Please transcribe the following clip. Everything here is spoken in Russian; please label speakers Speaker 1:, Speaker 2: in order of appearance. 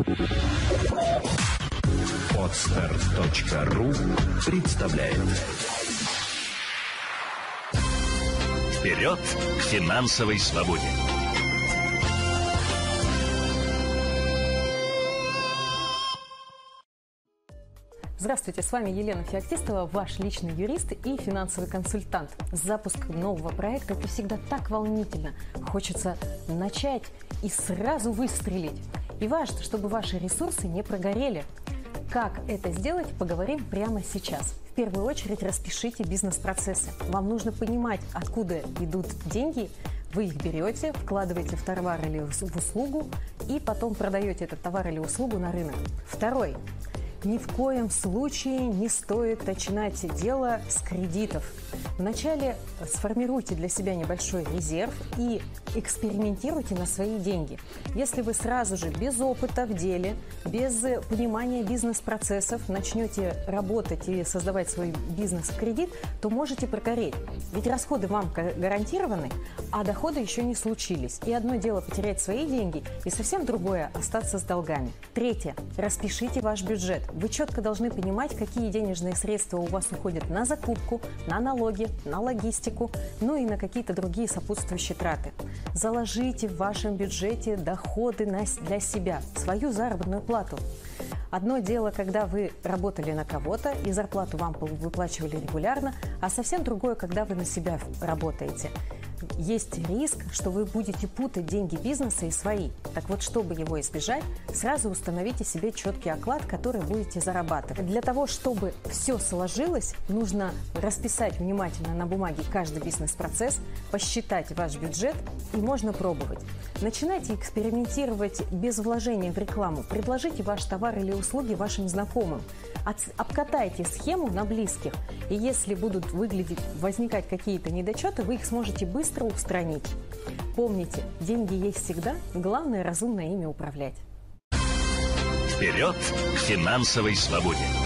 Speaker 1: Podster.ru представляет. Вперед к финансовой свободе!
Speaker 2: Здравствуйте, с вами Елена Феоктистова, ваш личный юрист и финансовый консультант. Запуск нового проекта – это всегда так волнительно. Хочется начать и сразу выстрелить. И важно, чтобы ваши ресурсы не прогорели. Как это сделать, поговорим прямо сейчас. В первую очередь распишите бизнес-процессы. Вам нужно понимать, откуда идут деньги. Вы их берете, вкладываете в товар или в услугу и потом продаете этот товар или услугу на рынок. Второй. Ни в коем случае не стоит начинать дело с кредитов. Вначале сформируйте для себя небольшой резерв и экспериментируйте на свои деньги. Если вы сразу же без опыта в деле, без понимания бизнес-процессов начнете работать и создавать свой бизнес в кредит, то можете прогореть. Ведь расходы вам гарантированы, а доходы еще не случились. И одно дело потерять свои деньги, и совсем другое – остаться с долгами. Третье. Распишите ваш бюджет. Вы четко должны понимать, какие денежные средства у вас уходят на закупку, на налоги, на логистику, ну и на какие-то другие сопутствующие траты. Заложите в вашем бюджете доходы для себя, свою заработную плату. Одно дело, когда вы работали на кого-то и зарплату вам выплачивали регулярно, а совсем другое, когда вы на себя работаете. Есть риск, что вы будете путать деньги бизнеса и свои. Так вот, чтобы его избежать, сразу установите себе четкий оклад, который будете зарабатывать. Для того, чтобы все сложилось, нужно расписать внимательно на бумаге каждый бизнес-процесс, посчитать ваш бюджет, и можно пробовать. Начинайте экспериментировать без вложения в рекламу. Предложите ваш товар или услуги вашим знакомым. Обкатайте схему на близких. И если будут возникать какие-то недочеты, вы их сможете быстро устранить. Помните, деньги есть всегда, главное разумно ими управлять.
Speaker 1: Вперед к финансовой свободе!